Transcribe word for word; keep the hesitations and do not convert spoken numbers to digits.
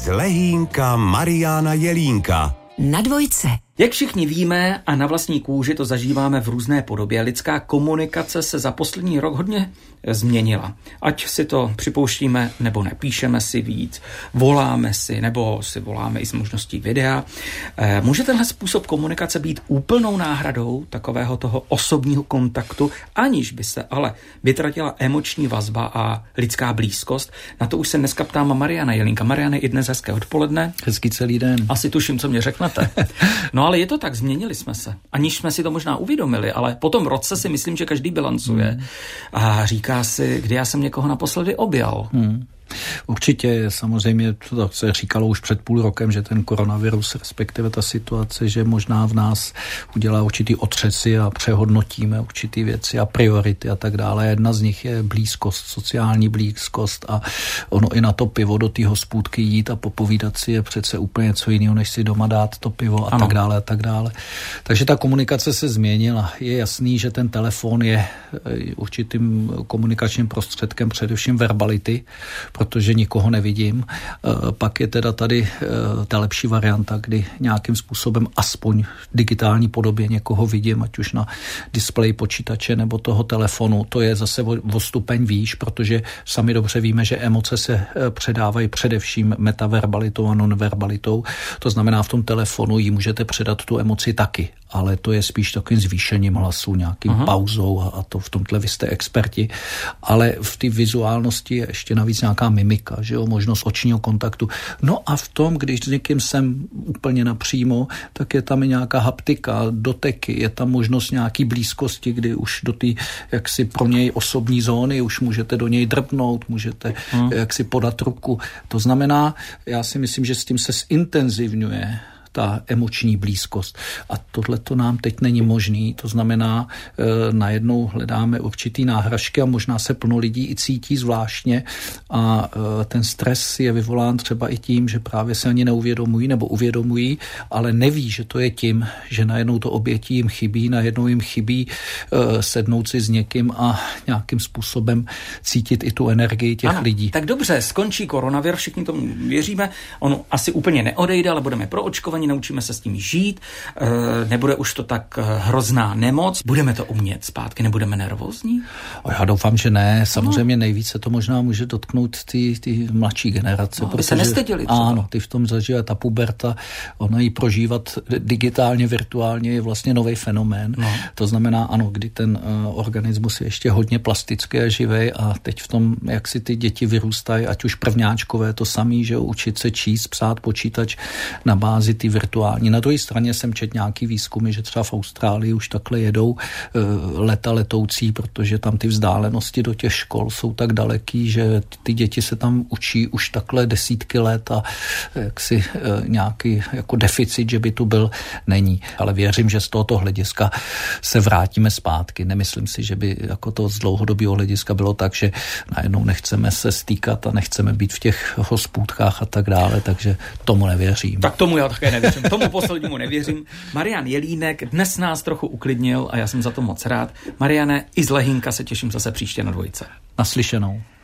z Lehínka Mariana Jelínka. Na dvojce. Jak všichni víme a na vlastní kůži to zažíváme v různé podobě, lidská komunikace se za poslední rok hodně změnila. Ať si to připouštíme, nebo nepíšeme si víc, voláme si, nebo si voláme i s možností videa. Může tenhle způsob komunikace být úplnou náhradou takového toho osobního kontaktu, aniž by se ale vytratila emoční vazba a lidská blízkost? Na to už se dneska ptám Mariana Jelínka. Mariane, i dnes hezké odpoledne. Hezký celý den. Asi tuším, co mě řeknete. No ale je to tak, změnili jsme se. Aniž jsme si to možná uvědomili, ale po tom roce si myslím, že každý bilancuje hmm. a říká si, kdy já jsem někoho naposledy objal. Hmm. Určitě, samozřejmě to se říkalo už před půl rokem, že ten koronavirus, respektive ta situace, že možná v nás udělá určitý otřesy a přehodnotíme určitý věci a priority a tak dále. Jedna z nich je blízkost, sociální blízkost a ono i na to pivo do té hospůdky jít a popovídat si je přece úplně něco jiného, než si doma dát to pivo a ano. tak dále a tak dále. Takže ta komunikace se změnila. Je jasný, že ten telefon je určitým komunikačním prostředkem především verbality, protože nikoho nevidím. Pak je teda tady ta lepší varianta, kdy nějakým způsobem aspoň v digitální podobě někoho vidím, ať už na displeji počítače nebo toho telefonu. To je zase o stupeň výš, protože sami dobře víme, že emoce se předávají především metaverbalitou a nonverbalitou. To znamená, v tom telefonu jí můžete předat tu emoci taky, ale to je spíš takovým zvýšením hlasu, nějakým Aha. pauzou a to v tomhle vy jste experti. Ale v té vizuálnosti je ještě navíc nějaká mimika, že jo, možnost očního kontaktu. No a v tom, když s někým jsem úplně napřímo, tak je tam i nějaká haptika, doteky, je tam možnost nějaký blízkosti, kdy už do té jaksi pro něj osobní zóny už můžete do něj drbnout, můžete hmm. jaksi podat ruku. To znamená, já si myslím, že s tím se zintenzivňuje ta emoční blízkost. A tohle to nám teď není možný. To znamená, e, najednou hledáme určitý náhražky a možná se plno lidí i cítí zvláštně a e, ten stres je vyvolán třeba i tím, že právě se ani neuvědomují nebo uvědomují, ale neví, že to je tím, že najednou to obětí jim chybí, najednou jim chybí e, sednout si s někým a nějakým způsobem cítit i tu energii těch ano, lidí. Tak dobře, skončí koronavir, všichni tomu věříme, on asi úplně neodejde, ale budeme proočkovaní, naučíme se s tím žít, nebude už to tak hrozná nemoc, budeme to umět zpátky, nebudeme nervózní? Já doufám, že ne. Samozřejmě nejvíce to možná může dotknout ty, ty mladší generace. No, aby se nestyděli třeba. Ano, ty v tom zažívají ta puberta, ona ji prožívat digitálně, virtuálně je vlastně nový fenomén. No. To znamená, ano, kdy ten uh, organismus je ještě hodně plastický a živej a teď v tom, jak si ty děti vyrůstají, ať už prvňáčkové, to samý, že učit se číst, psát počítač na bázi ty virtuální. Na druhé straně jsem četl nějaký výzkumy, že třeba v Austrálii už takhle jedou uh, leta letoucí, protože tam ty vzdálenosti do těch škol jsou tak daleký, že ty děti se tam učí už takhle desítky let a jaksi uh, nějaký jako deficit, že by tu byl, není. Ale věřím, že z tohoto hlediska se vrátíme zpátky. Nemyslím si, že by jako to z dlouhodobého hlediska bylo tak, že najednou nechceme se stýkat a nechceme být v těch hospůdkách a tak dále, takže tomu nevěřím. Tak tomu já také nevěřím. Tomu poslednímu nevěřím. Marian Jelínek dnes nás trochu uklidnil a já jsem za to moc rád. Mariane, i z Lehínka se těším zase příště na dvojce. Naslyšenou.